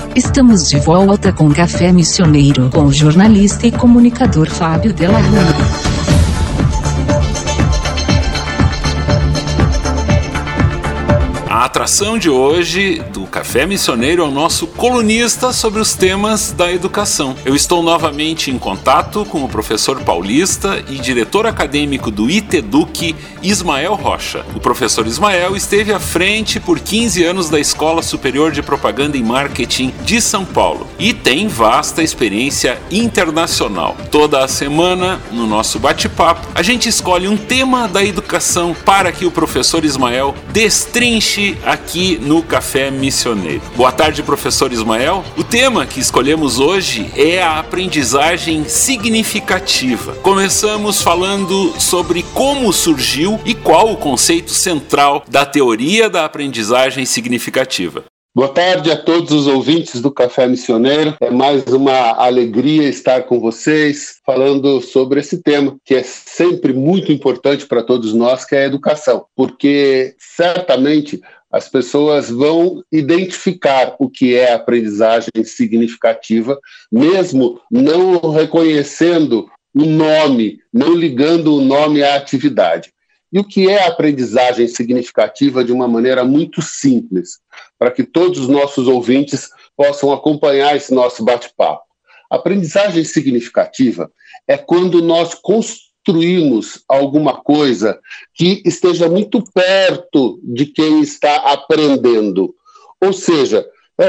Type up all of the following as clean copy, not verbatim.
Estamos de volta com Café Missioneiro, com o jornalista e comunicador Fábio Della Rua. A atração de hoje do Café Missioneiro é o nosso colunista sobre os temas da educação. Eu estou novamente em contato com o professor paulista e diretor acadêmico do ITEDUC, Ismael Rocha. O professor Ismael esteve à frente por 15 anos da Escola Superior de Propaganda e Marketing de São Paulo e tem vasta experiência internacional. Toda a semana, no nosso bate-papo, a gente escolhe um tema da educação para que o professor Ismael destrinche aqui no Café Missioneiro. Boa tarde, professor Ismael. O tema que escolhemos hoje é a aprendizagem significativa. Começamos falando sobre como surgiu e qual o conceito central da teoria da aprendizagem significativa. Boa tarde a todos os ouvintes do Café Missioneiro. É mais uma alegria estar com vocês falando sobre esse tema, que é sempre muito importante para todos nós, que é a educação, porque certamente as pessoas vão identificar o que é aprendizagem significativa, mesmo não reconhecendo o nome, não ligando o nome à atividade. E o que é aprendizagem significativa de uma maneira muito simples, para que todos os nossos ouvintes possam acompanhar esse nosso bate-papo. Aprendizagem significativa é quando nós construímos alguma coisa que esteja muito perto de quem está aprendendo. Ou seja,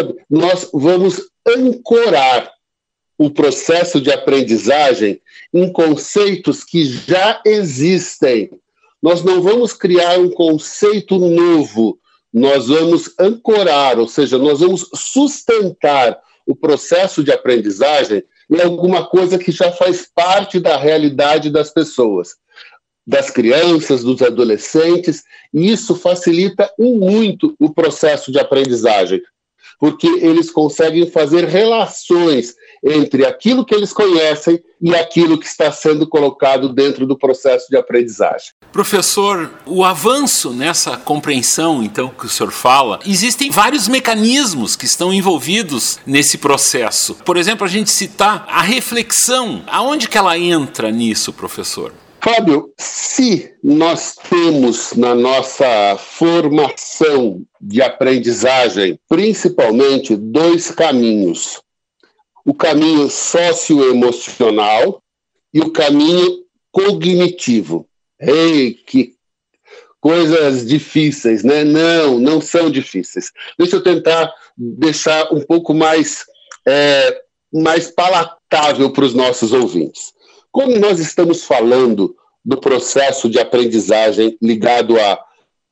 nós vamos ancorar o processo de aprendizagem em conceitos que já existem. Nós não vamos criar um conceito novo, nós vamos ancorar, ou seja, nós vamos sustentar o processo de aprendizagem em alguma coisa que já faz parte da realidade das pessoas, das crianças, dos adolescentes, e isso facilita muito o processo de aprendizagem, porque eles conseguem fazer relações entre aquilo que eles conhecem e aquilo que está sendo colocado dentro do processo de aprendizagem. Professor, o avanço nessa compreensão, então, que o senhor fala, existem vários mecanismos que estão envolvidos nesse processo. Por exemplo, a gente citar a reflexão. Aonde que ela entra nisso, professor? Fábio, se nós temos na nossa formação de aprendizagem, principalmente, dois caminhos. O caminho socioemocional e o caminho cognitivo. Ei, que coisas difíceis, né? Não são difíceis. Deixa eu tentar deixar um pouco mais palatável para os nossos ouvintes. Como nós estamos falando do processo de aprendizagem ligado a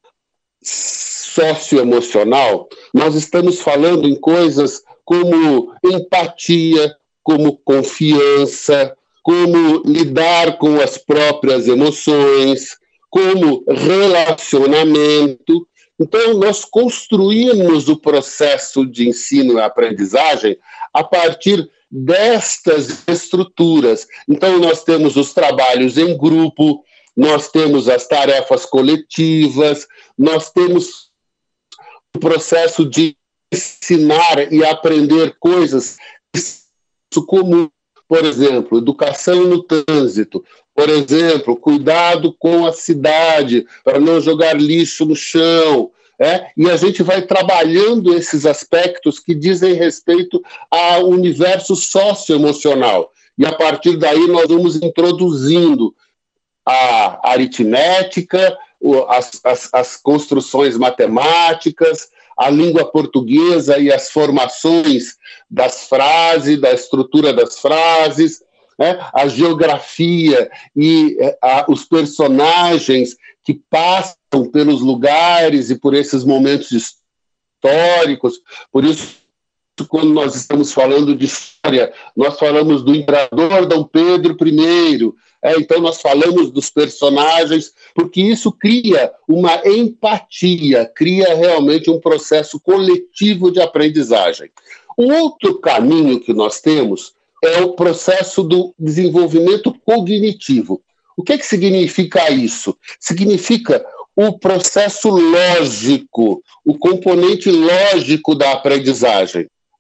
socioemocional, nós estamos falando em coisas como empatia, como confiança, como lidar com as próprias emoções, como relacionamento. Então, nós construímos o processo de ensino e aprendizagem a partir destas estruturas. Então, nós temos os trabalhos em grupo, nós temos as tarefas coletivas, nós temos o processo de ensinar e aprender coisas comum, por exemplo, educação no trânsito, por exemplo, cuidado com a cidade, para não jogar lixo no chão, e a gente vai trabalhando esses aspectos que dizem respeito ao universo socioemocional, e a partir daí nós vamos introduzindo a aritmética, as construções matemáticas, a língua portuguesa e as formações das frases, da estrutura das frases, a geografia e os personagens que passam pelos lugares e por esses momentos históricos. Por isso, quando nós estamos falando de história, nós falamos do imperador Dom Pedro I, então nós falamos dos personagens, porque isso cria uma empatia, cria realmente um processo coletivo de aprendizagem. O outro caminho que nós temos é o processo do desenvolvimento cognitivo. O que significa isso? Significa o processo lógico, o componente lógico da aprendizagem.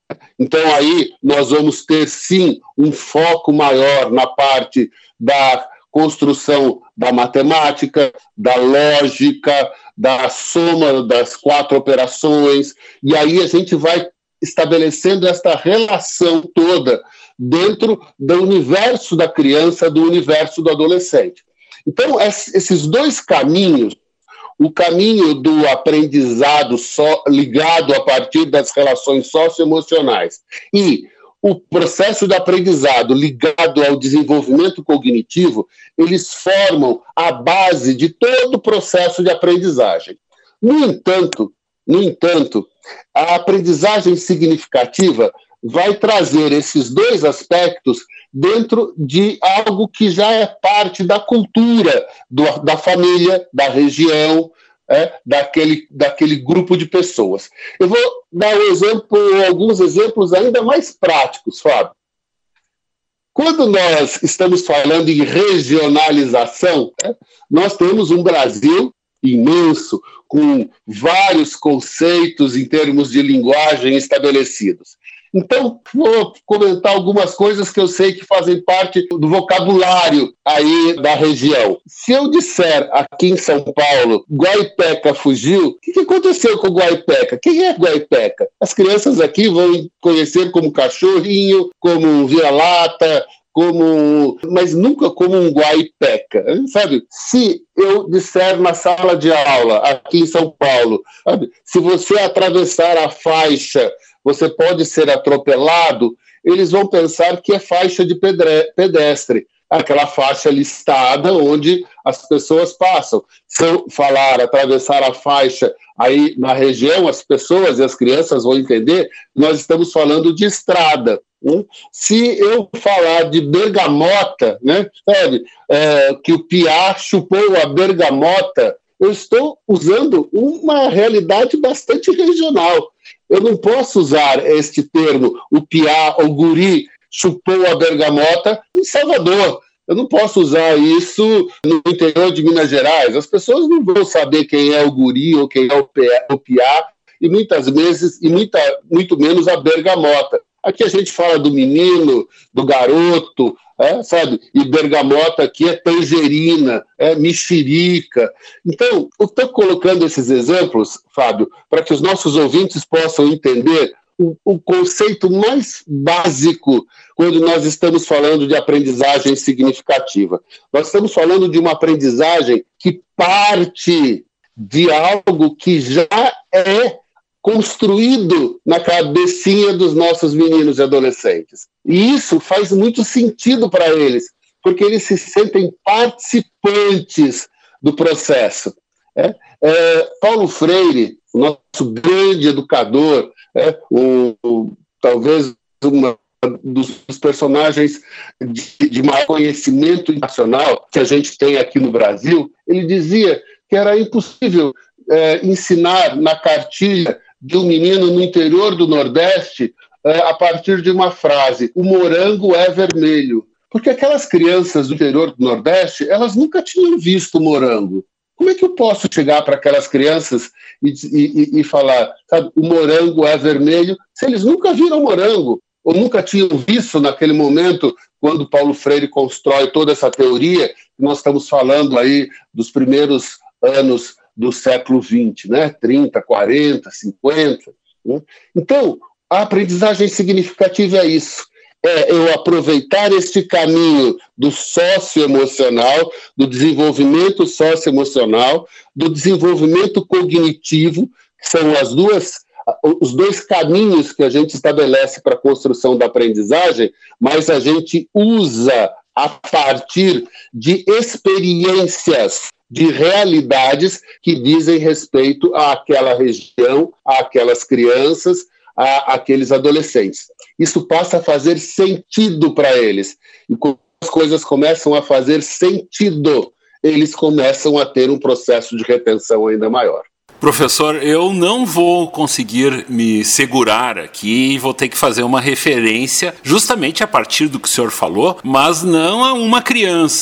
Então aí nós vamos ter sim um foco maior na parte da construção da matemática, da lógica, da soma das 4 operações, e aí a gente vai estabelecendo esta relação toda dentro do universo da criança, do universo do adolescente. Então, esses 2 caminhos, o caminho do aprendizado ligado a partir das relações socioemocionais e o processo de aprendizado ligado ao desenvolvimento cognitivo, eles formam a base de todo o processo de aprendizagem. No entanto, a aprendizagem significativa vai trazer esses 2 aspectos dentro de algo que já é parte da cultura da família, da região, daquele grupo de pessoas. Eu vou dar alguns exemplos ainda mais práticos, Fábio. Quando nós estamos falando em regionalização, nós temos um Brasil imenso, com vários conceitos em termos de linguagem estabelecidos. Então, vou comentar algumas coisas que eu sei que fazem parte do vocabulário aí da região. Se eu disser aqui em São Paulo, Guaipeca fugiu, o que aconteceu com o Guaipeca? Quem é Guaipeca? As crianças aqui vão conhecer como cachorrinho, como um vira-lata, mas nunca como um guaipeca, sabe? Se eu disser na sala de aula, aqui em São Paulo, sabe? Se você atravessar a faixa, você pode ser atropelado, eles vão pensar que é faixa de pedestre, aquela faixa listada onde as pessoas passam. Se eu falar atravessar a faixa aí na região, as pessoas e as crianças vão entender que nós estamos falando de estrada. Se eu falar de bergamota, né, sabe, que o piá chupou a bergamota, eu estou usando uma realidade bastante regional. Eu não posso usar este termo, o piá ou guri chupou a bergamota, em Salvador. Eu não posso usar isso no interior de Minas Gerais. As pessoas não vão saber quem é o guri ou quem é o piá, e muitas vezes, muito menos a bergamota. Aqui a gente fala do menino, do garoto, sabe? E bergamota aqui é tangerina, é mexerica. Então, eu estou colocando esses exemplos, Fábio, para que os nossos ouvintes possam entender o conceito mais básico quando nós estamos falando de aprendizagem significativa. Nós estamos falando de uma aprendizagem que parte de algo que já é construído na cabecinha dos nossos meninos e adolescentes. E isso faz muito sentido para eles, porque eles se sentem participantes do processo. Paulo Freire, o nosso grande educador, talvez um dos personagens de maior conhecimento internacional que a gente tem aqui no Brasil, ele dizia que era impossível ensinar na cartilha de um menino no interior do Nordeste a partir de uma frase: o morango é vermelho. Porque aquelas crianças do interior do Nordeste, elas nunca tinham visto morango. Como é que eu posso chegar para aquelas crianças e falar, sabe, o morango é vermelho, se eles nunca viram morango, ou nunca tinham visto naquele momento, quando Paulo Freire constrói toda essa teoria, nós estamos falando aí dos primeiros anos do século XX, né? 30, 40, 50. Né? Então, a aprendizagem significativa é isso. É eu aproveitar este caminho do socioemocional, do desenvolvimento socioemocional, do desenvolvimento cognitivo, que são os 2 caminhos que a gente estabelece para a construção da aprendizagem, mas a gente usa a partir de experiências, de realidades que dizem respeito àquela região, àquelas crianças, àqueles adolescentes. Isso passa a fazer sentido para eles. E quando as coisas começam a fazer sentido, eles começam a ter um processo de retenção ainda maior. Professor, eu não vou conseguir me segurar aqui e vou ter que fazer uma referência justamente a partir do que o senhor falou, mas não a uma criança.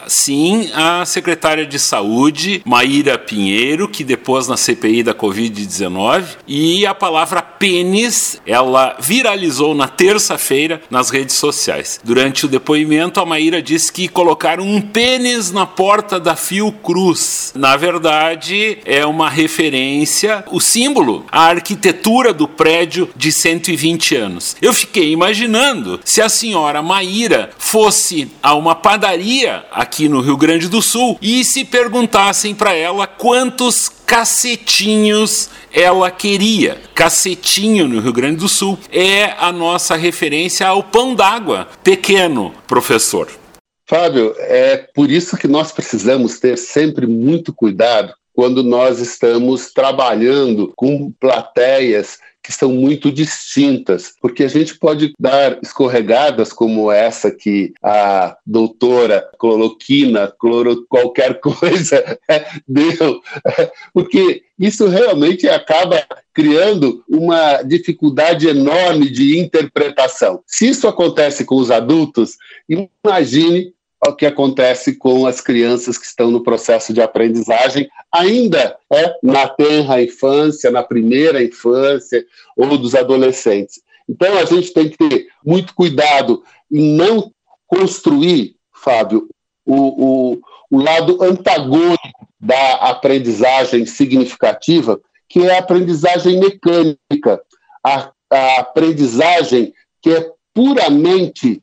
sim, a secretária de Saúde, Maíra Pinheiro, que depôs na CPI da Covid-19, e a palavra pênis, ela viralizou na terça-feira nas redes sociais. Durante o depoimento, a Maíra disse que colocaram um pênis na porta da Fiocruz. Na verdade, é uma referência, o símbolo, a arquitetura do prédio de 120 anos. Eu fiquei imaginando se a senhora Maíra fosse a uma padaria aqui no Rio Grande do Sul e se perguntassem para ela quantos cacetinhos ela queria. Cacetinho no Rio Grande do Sul é a nossa referência ao pão d'água pequeno, professor. Fábio, é por isso que nós precisamos ter sempre muito cuidado quando nós estamos trabalhando com plateias que são muito distintas, porque a gente pode dar escorregadas como essa que a doutora cloroquina, qualquer coisa deu, porque isso realmente acaba criando uma dificuldade enorme de interpretação. Se isso acontece com os adultos, imagine o que acontece com as crianças que estão no processo de aprendizagem, ainda na tenra infância, na primeira infância ou dos adolescentes. Então, a gente tem que ter muito cuidado em não construir, Fábio, o lado antagônico da aprendizagem significativa, que é a aprendizagem mecânica, a aprendizagem que é puramente,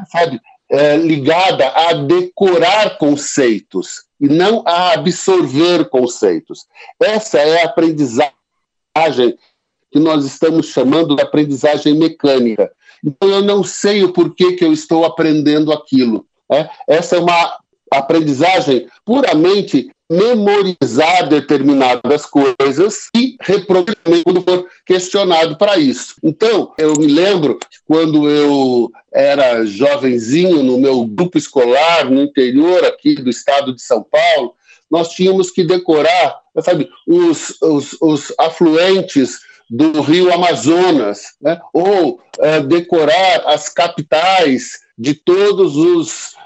ligada a decorar conceitos e não a absorver conceitos. Essa é a aprendizagem que nós estamos chamando de aprendizagem mecânica. Então, eu não sei o porquê que eu estou aprendendo aquilo. Essa é uma aprendizagem puramente memorizar determinadas coisas e reproduzir quando for questionado para isso. Então, eu me lembro que quando eu era jovenzinho no meu grupo escolar no interior aqui do estado de São Paulo, nós tínhamos que decorar, os afluentes do rio Amazonas, ou decorar as capitais de todos os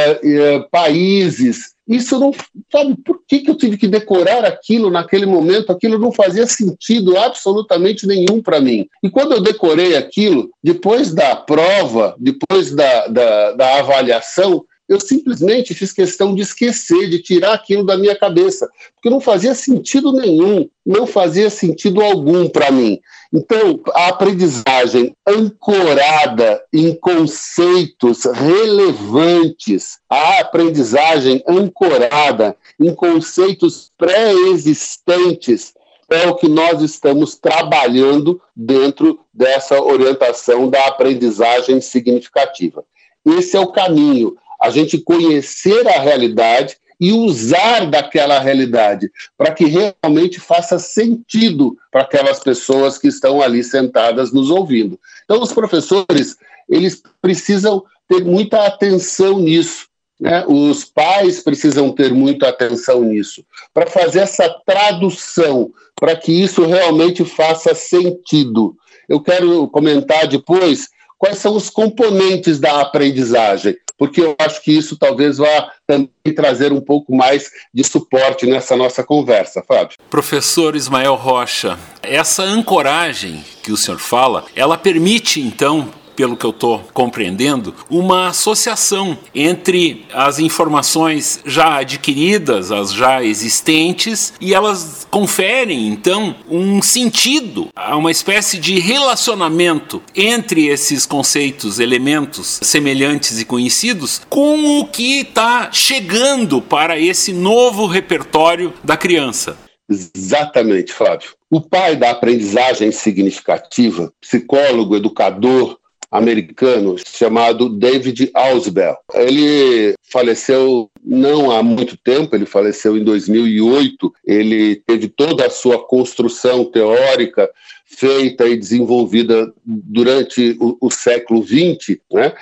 países. Isso não, sabe, por que eu tive que decorar aquilo naquele momento? Aquilo não fazia sentido absolutamente nenhum para mim. E quando eu decorei aquilo, depois da prova, depois da avaliação, eu simplesmente fiz questão de esquecer, de tirar aquilo da minha cabeça, porque não fazia sentido nenhum, não fazia sentido algum para mim. Então, a aprendizagem ancorada em conceitos relevantes, a aprendizagem ancorada em conceitos pré-existentes, é o que nós estamos trabalhando dentro dessa orientação da aprendizagem significativa. Esse é o caminho, a gente conhecer a realidade e usar daquela realidade para que realmente faça sentido para aquelas pessoas que estão ali sentadas nos ouvindo. Então, os professores, eles precisam ter muita atenção nisso, Os pais precisam ter muita atenção nisso, para fazer essa tradução, para que isso realmente faça sentido. Eu quero comentar depois quais são os componentes da aprendizagem, porque eu acho que isso talvez vá também trazer um pouco mais de suporte nessa nossa conversa, Fábio. Professor Ismael Rocha, essa ancoragem que o senhor fala, ela permite, então, pelo que eu estou compreendendo, uma associação entre as informações já adquiridas, as já existentes, e elas conferem, então, um sentido, uma espécie de relacionamento entre esses conceitos, elementos semelhantes e conhecidos, com o que está chegando para esse novo repertório da criança. Exatamente, Fábio. O pai da aprendizagem significativa, psicólogo, educador, americano chamado David Ausubel. Ele faleceu não há muito tempo, ele faleceu em 2008, ele teve toda a sua construção teórica feita e desenvolvida durante o século XX,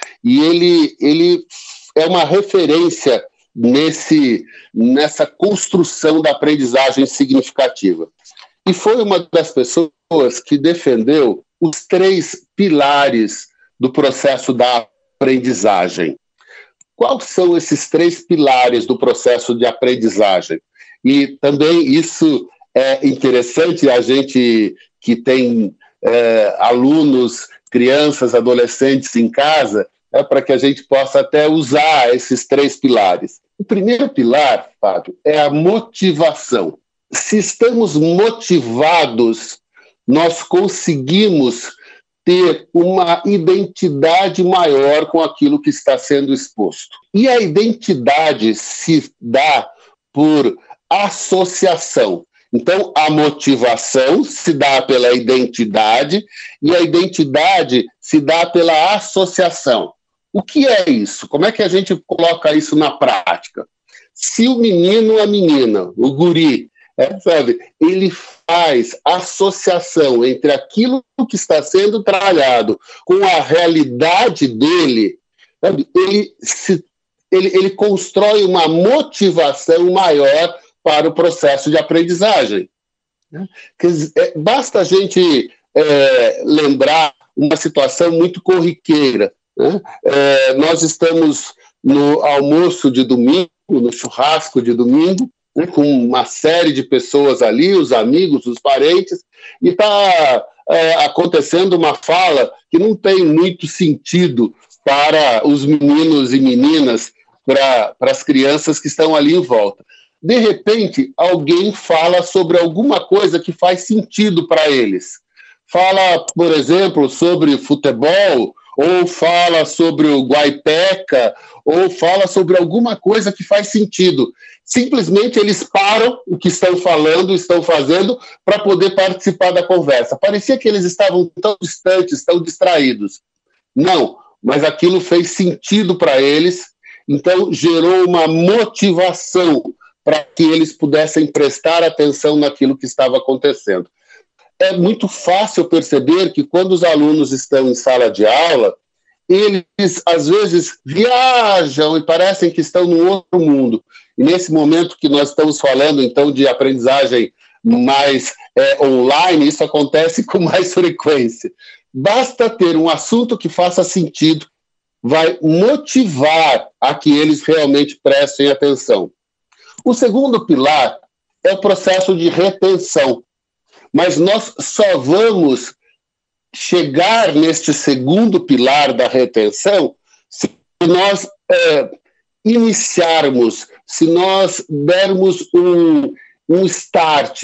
E ele é uma referência nessa construção da aprendizagem significativa. E foi uma das pessoas que defendeu os 3 pilares do processo da aprendizagem. Quais são esses 3 pilares do processo de aprendizagem? E também isso é interessante, a gente que tem alunos, crianças, adolescentes em casa, para que a gente possa até usar esses 3 pilares. O primeiro pilar, Fábio, é a motivação. Se estamos motivados, nós conseguimos ter uma identidade maior com aquilo que está sendo exposto. E a identidade se dá por associação. Então, a motivação se dá pela identidade e a identidade se dá pela associação. O que é isso? Como é que a gente coloca isso na prática? Se o menino, a menina, o guri, ele faz associação entre aquilo que está sendo trabalhado com a realidade dele, ele constrói uma motivação maior para o processo de aprendizagem. Basta a gente lembrar uma situação muito corriqueira. Nós estamos no almoço de domingo, no churrasco de domingo, com uma série de pessoas ali, os amigos, os parentes, e está acontecendo uma fala que não tem muito sentido para os meninos e meninas, para as crianças que estão ali em volta. De repente, alguém fala sobre alguma coisa que faz sentido para eles. Fala, por exemplo, sobre futebol, ou fala sobre o guaipeca, ou fala sobre alguma coisa que faz sentido. Simplesmente eles param o que estão falando, estão fazendo, para poder participar da conversa. Parecia que eles estavam tão distantes, tão distraídos. Não, mas aquilo fez sentido para eles, então gerou uma motivação para que eles pudessem prestar atenção naquilo que estava acontecendo. É muito fácil perceber que quando os alunos estão em sala de aula, eles às vezes viajam e parecem que estão num outro mundo. E nesse momento que nós estamos falando, então, de aprendizagem mais online, isso acontece com mais frequência. Basta ter um assunto que faça sentido, vai motivar a que eles realmente prestem atenção. O segundo pilar é o processo de retenção, mas nós só vamos chegar neste segundo pilar da retenção se nós iniciarmos, se nós dermos um start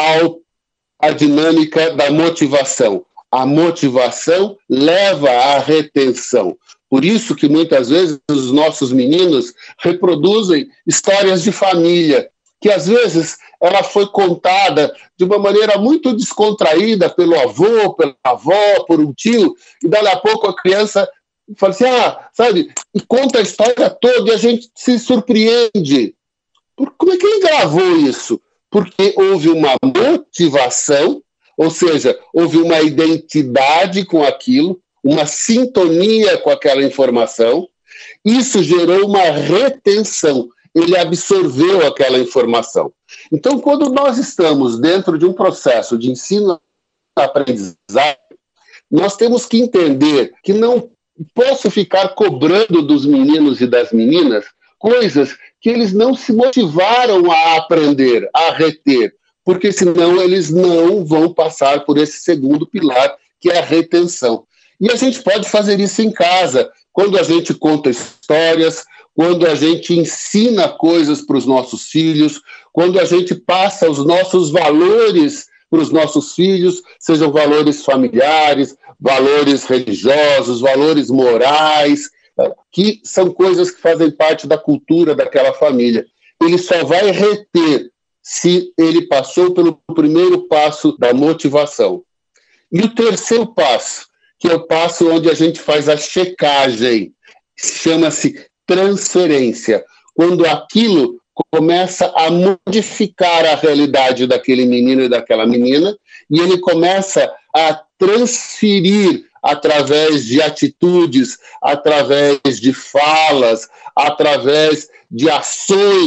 à dinâmica da motivação. A motivação leva à retenção. Por isso que muitas vezes os nossos meninos reproduzem histórias de família, que às vezes ela foi contada de uma maneira muito descontraída pelo avô, pela avó, por um tio, e dali a pouco a criança fala assim, sabe, e conta a história toda e a gente se surpreende. Como é que ele gravou isso? Porque houve uma motivação, ou seja, houve uma identidade com aquilo, uma sintonia com aquela informação, isso gerou uma retenção, ele absorveu aquela informação. Então, quando nós estamos dentro de um processo de ensino-aprendizagem, nós temos que entender que não posso ficar cobrando dos meninos e das meninas coisas que eles não se motivaram a aprender, a reter, porque senão eles não vão passar por esse segundo pilar, que é a retenção. E a gente pode fazer isso em casa, quando a gente conta histórias, quando a gente ensina coisas para os nossos filhos, quando a gente passa os nossos valores para os nossos filhos, sejam valores familiares, valores religiosos, valores morais, que são coisas que fazem parte da cultura daquela família. Ele só vai reter se ele passou pelo primeiro passo da motivação. E o terceiro passo, que é o passo onde a gente faz a checagem, chama-se transferência, quando aquilo começa a modificar a realidade daquele menino e daquela menina, e ele começa a transferir através de atitudes, através de falas, através de ações,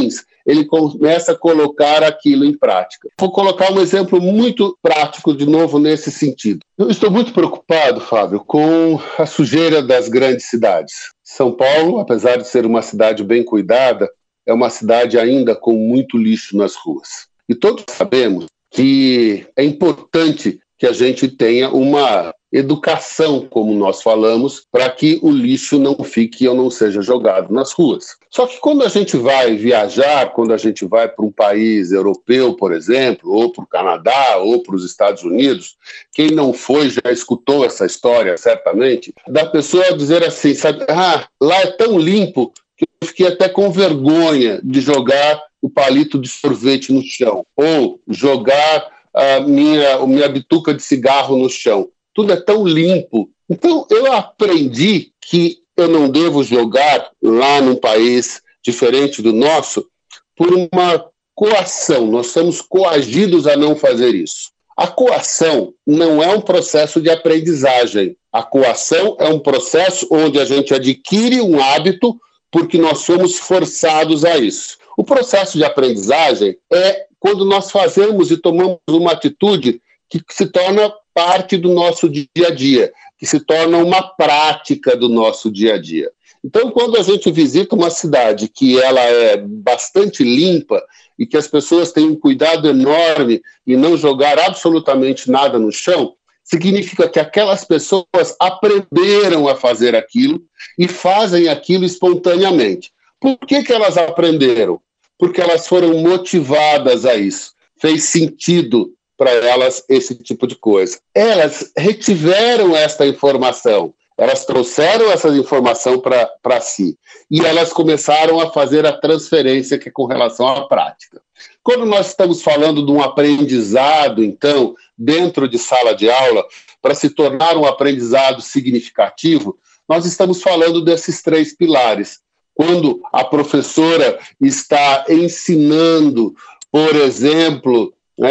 ele começa a colocar aquilo em prática. Vou colocar um exemplo muito prático de novo nesse sentido. Eu estou muito preocupado, Fábio, com a sujeira das grandes cidades. São Paulo, apesar de ser uma cidade bem cuidada, é uma cidade ainda com muito lixo nas ruas. E todos sabemos que é importante que a gente tenha uma educação, como nós falamos, para que o lixo não fique ou não seja jogado nas ruas. Só que quando a gente vai viajar, quando a gente vai para um país europeu, por exemplo, ou para o Canadá, ou para os Estados Unidos, quem não foi já escutou essa história, certamente, da pessoa dizer assim, sabe, lá é tão limpo que eu fiquei até com vergonha de jogar o palito de sorvete no chão, ou jogar a minha bituca de cigarro no chão. Tudo é tão limpo. Então, eu aprendi que eu não devo jogar lá num país diferente do nosso por uma coação. Nós somos coagidos a não fazer isso. A coação não é um processo de aprendizagem. A coação é um processo onde a gente adquire um hábito porque nós somos forçados a isso. O processo de aprendizagem é quando nós fazemos e tomamos uma atitude que se torna parte do nosso dia a dia, que se torna uma prática do nosso dia a dia. Então, quando a gente visita uma cidade que ela é bastante limpa e que as pessoas têm um cuidado enorme em não jogar absolutamente nada no chão, significa que aquelas pessoas aprenderam a fazer aquilo e fazem aquilo espontaneamente. Por que elas aprenderam? Porque elas foram motivadas a isso. Fez sentido para elas esse tipo de coisa. Elas retiveram esta informação, elas trouxeram essa informação para si e elas começaram a fazer a transferência que é com relação à prática. Quando nós estamos falando de um aprendizado, então, dentro de sala de aula, para se tornar um aprendizado significativo, nós estamos falando desses 3 pilares. Quando a professora está ensinando, por exemplo,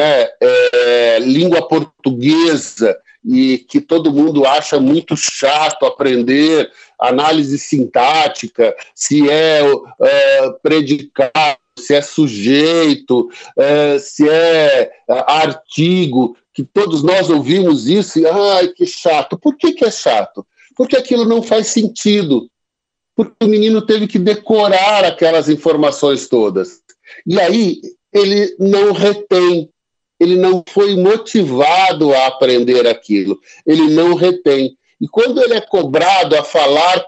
língua portuguesa, e que todo mundo acha muito chato aprender análise sintática, se é predicado, se é sujeito, se é artigo, que todos nós ouvimos isso e, que chato. Por que é chato? Porque aquilo não faz sentido. Porque o menino teve que decorar aquelas informações todas. E aí ele não retém, ele não foi motivado a aprender aquilo, ele não retém. E quando ele é cobrado a falar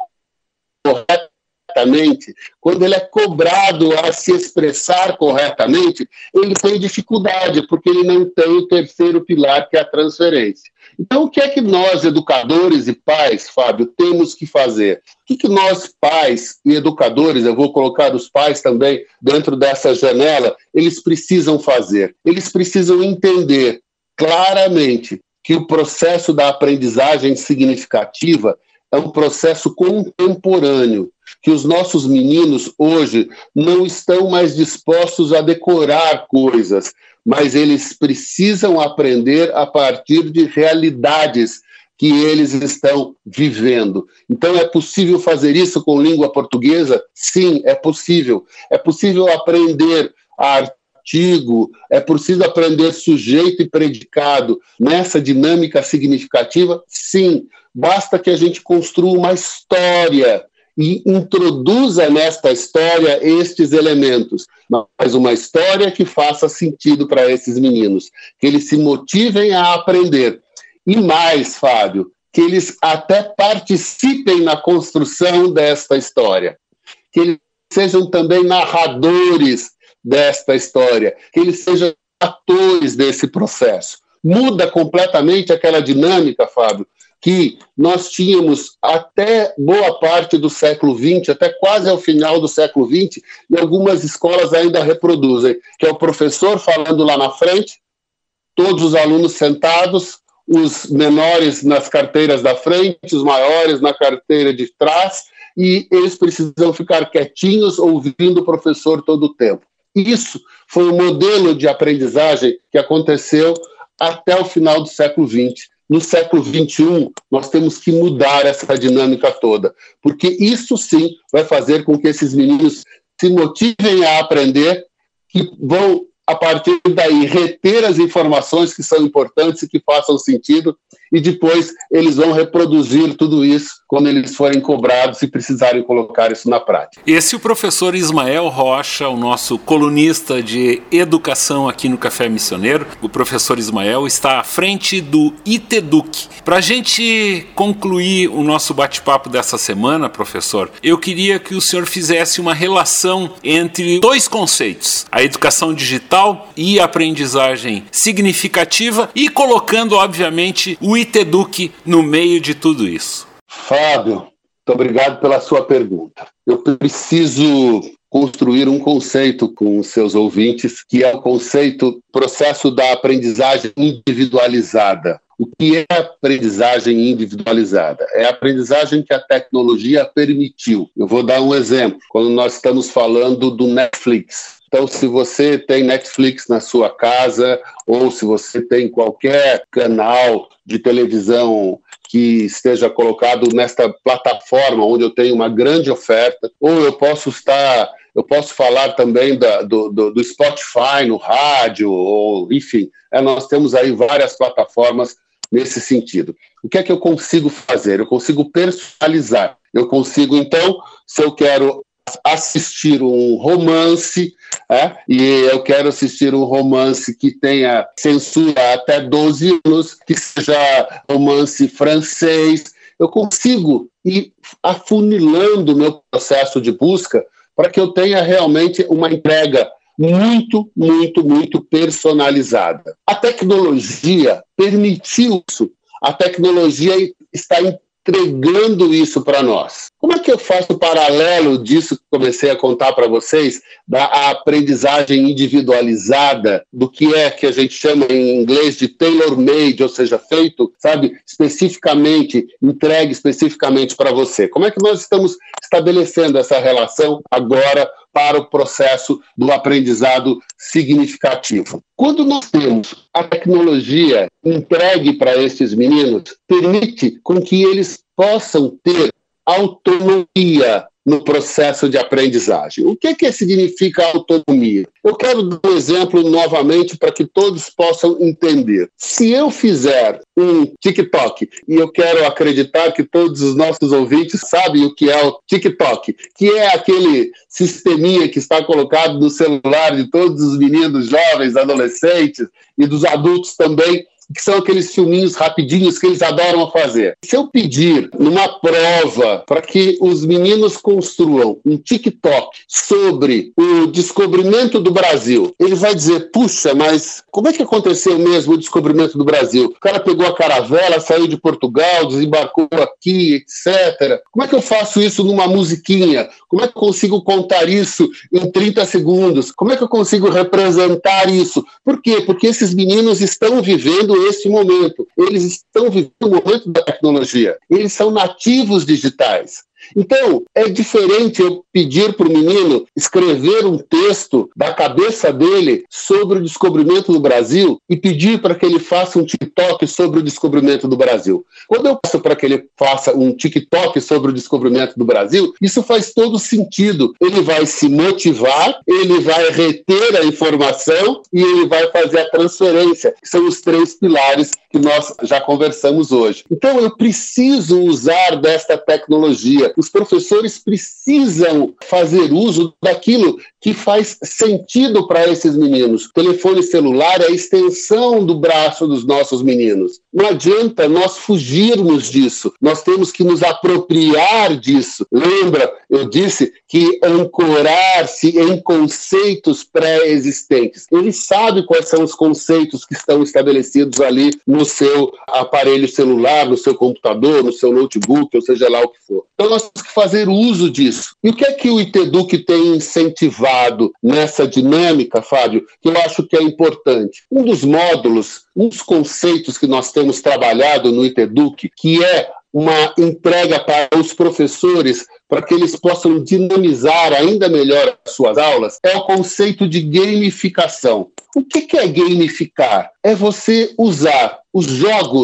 corretamente, quando ele é cobrado a se expressar corretamente, ele tem dificuldade, porque ele não tem o terceiro pilar, que é a transferência. Então, o que é que nós, educadores e pais, Fábio, temos que fazer? O que nós, pais e educadores, eu vou colocar os pais também dentro dessa janela, eles precisam fazer? Eles precisam entender claramente que o processo da aprendizagem significativa é um processo contemporâneo, que os nossos meninos hoje não estão mais dispostos a decorar coisas, mas eles precisam aprender a partir de realidades que eles estão vivendo. Então, é possível fazer isso com língua portuguesa? Sim, é possível. É possível aprender artigo, é possível aprender sujeito e predicado nessa dinâmica significativa? Sim. Basta que a gente construa uma história e introduza nesta história estes elementos, mas uma história que faça sentido para esses meninos, que eles se motivem a aprender. E mais, Fábio, que eles até participem na construção desta história, que eles sejam também narradores desta história, que eles sejam atores desse processo. Muda completamente aquela dinâmica, Fábio, que nós tínhamos até boa parte do século XX, até quase ao final do século XX, e algumas escolas ainda reproduzem, que é o professor falando lá na frente, todos os alunos sentados, os menores nas carteiras da frente, os maiores na carteira de trás, e eles precisam ficar quietinhos ouvindo o professor todo o tempo. Isso foi o modelo de aprendizagem que aconteceu até o final do século XX. No século XXI, nós temos que mudar essa dinâmica toda, porque isso sim vai fazer com que esses meninos se motivem a aprender que vão, a partir daí, reter as informações que são importantes e que façam sentido, e depois eles vão reproduzir tudo isso quando eles forem cobrados e precisarem colocar isso na prática. Esse é o professor Ismael Rocha, o nosso colunista de educação aqui no Café Missioneiro. O professor Ismael está à frente do ITEDUC. Para a gente concluir o nosso bate-papo dessa semana, professor, eu queria que o senhor fizesse uma relação entre dois conceitos, a educação digital e a aprendizagem significativa, e colocando, obviamente, o ITEDUC no meio de tudo isso. Fábio, muito obrigado pela sua pergunta. Eu preciso construir um conceito com os seus ouvintes, que é o conceito, processo da aprendizagem individualizada. O que é aprendizagem individualizada? É a aprendizagem que a tecnologia permitiu. Eu vou dar um exemplo. Quando nós estamos falando do Netflix. Então, se você tem Netflix na sua casa, ou se você tem qualquer canal de televisão que esteja colocado nesta plataforma onde eu tenho uma grande oferta, ou eu posso falar também do Spotify no rádio, ou enfim, nós temos aí várias plataformas nesse sentido. O que é que eu consigo fazer? Eu consigo personalizar. Eu consigo, então, se eu quero assistir um romance, e eu quero assistir um romance que tenha censura até 12 anos, que seja romance francês, eu consigo ir afunilando o meu processo de busca para que eu tenha realmente uma entrega muito, muito, muito personalizada. A tecnologia permitiu isso, a tecnologia está entregando isso para nós. Como é que eu faço o paralelo disso que comecei a contar para vocês, da aprendizagem individualizada, do que a gente chama em inglês de tailor-made, ou seja, feito, especificamente, entregue especificamente para você? Como é que nós estamos estabelecendo essa relação agora para o processo do aprendizado significativo? Quando nós temos a tecnologia entregue para esses meninos, permite com que eles possam ter autonomia no processo de aprendizagem. O que significa autonomia? Eu quero dar um exemplo novamente para que todos possam entender. Se eu fizer um TikTok, e eu quero acreditar que todos os nossos ouvintes sabem o que é o TikTok, que é aquele sisteminha que está colocado no celular de todos os meninos, jovens, adolescentes e dos adultos também, que são aqueles filminhos rapidinhos que eles adoram fazer. Se eu pedir numa prova para que os meninos construam um TikTok sobre o descobrimento do Brasil, ele vai dizer, puxa, mas como é que aconteceu mesmo o descobrimento do Brasil? O cara pegou a caravela, saiu de Portugal, desembarcou aqui, etc. Como é que eu faço isso numa musiquinha? Como é que eu consigo contar isso em 30 segundos? Como é que eu consigo representar isso? Por quê? Porque esses meninos estão vivendo esse momento. Eles estão vivendo o momento da tecnologia. Eles são nativos digitais. Então, é diferente eu pedir para o menino escrever um texto da cabeça dele sobre o descobrimento do Brasil e pedir para que ele faça um TikTok sobre o descobrimento do Brasil. Quando eu peço para que ele faça um TikTok sobre o descobrimento do Brasil, isso faz todo sentido. Ele vai se motivar, ele vai reter a informação e ele vai fazer a transferência, que são os 3 pilares que nós já conversamos hoje. Então, eu preciso usar desta tecnologia. Os professores precisam fazer uso daquilo que faz sentido para esses meninos. O telefone celular é a extensão do braço dos nossos meninos. Não adianta nós fugirmos disso. Nós temos que nos apropriar disso. Lembra, eu disse que ancorar-se em conceitos pré-existentes. Ele sabe quais são os conceitos que estão estabelecidos ali no seu aparelho celular, no seu computador, no seu notebook, ou seja lá o que for. Então nós temos que fazer uso disso. E o que o ITEDUC tem incentivado nessa dinâmica, Fábio, que eu acho que é importante? Um dos módulos, um dos conceitos que nós temos trabalhado no ITEDUC, que é uma entrega para os professores para que eles possam dinamizar ainda melhor as suas aulas, é o conceito de gamificação. O que é gamificar? É você usar os jogos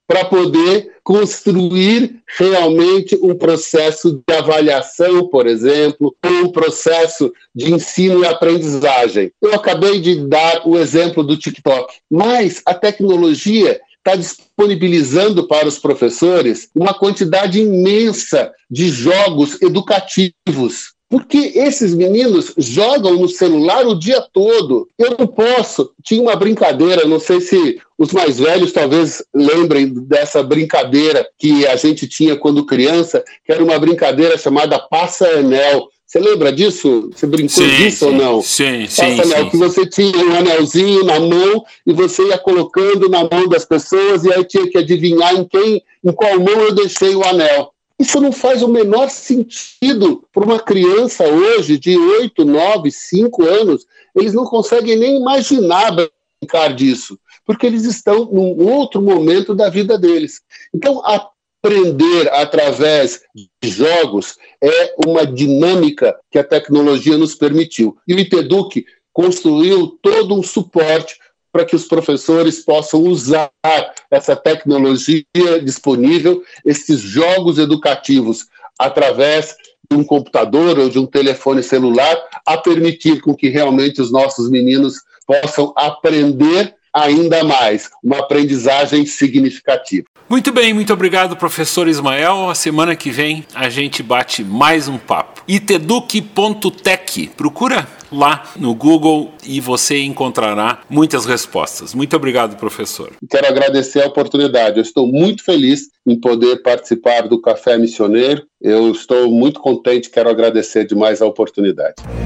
para poder construir realmente um processo de avaliação, por exemplo, ou um processo de ensino e aprendizagem. Eu acabei de dar o exemplo do TikTok, mas a tecnologia está disponibilizando para os professores uma quantidade imensa de jogos educativos. Porque esses meninos jogam no celular o dia todo. Eu não posso. Tinha uma brincadeira, não sei se os mais velhos talvez lembrem dessa brincadeira que a gente tinha quando criança, que era uma brincadeira chamada Passa-Anel. Você lembra disso? Você brincou disso ou não? Sim. Passa-Anel, que você tinha um anelzinho na mão e você ia colocando na mão das pessoas e aí tinha que adivinhar em qual mão eu deixei o anel. Isso não faz o menor sentido para uma criança hoje de 8, 9, 5 anos. Eles não conseguem nem imaginar brincar disso, porque eles estão num outro momento da vida deles. Então, aprender através de jogos é uma dinâmica que a tecnologia nos permitiu. E o ITEDUC construiu todo um suporte para que os professores possam usar essa tecnologia disponível, esses jogos educativos, através de um computador ou de um telefone celular, a permitir com que realmente os nossos meninos possam aprender ainda mais, uma aprendizagem significativa. Muito bem, muito obrigado, professor Ismael. A semana que vem a gente bate mais um papo. iteduc.tech, procura lá no Google e você encontrará muitas respostas. Muito obrigado, professor. Quero agradecer a oportunidade. Eu estou muito feliz em poder participar do Café Missioneiro. Eu estou muito contente, quero agradecer demais a oportunidade.